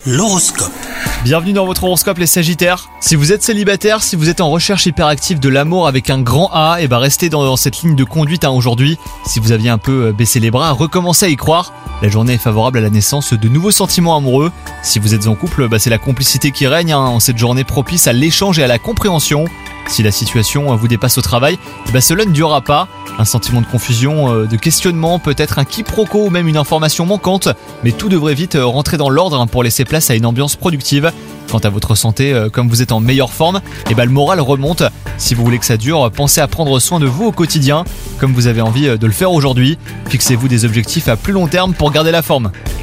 L'horoscope. Bienvenue dans votre horoscope les Sagittaires. Si vous êtes célibataire, si vous êtes en recherche hyperactive de l'amour avec un grand A, restez dans cette ligne de conduite aujourd'hui. Si vous aviez un peu baissé les bras, recommencez à y croire. La journée est favorable à la naissance de nouveaux sentiments amoureux. Si vous êtes en couple, c'est la complicité qui règne en cette journée propice à l'échange et à la compréhension. Si la situation vous dépasse au travail, cela ne durera pas. Un sentiment de confusion, de questionnement, peut-être un quiproquo ou même une information manquante, mais tout devrait vite rentrer dans l'ordre pour laisser place à une ambiance productive. Quant à votre santé, comme vous êtes en meilleure forme, le moral remonte. Si vous voulez que ça dure, pensez à prendre soin de vous au quotidien, comme vous avez envie de le faire aujourd'hui. Fixez-vous des objectifs à plus long terme pour garder la forme.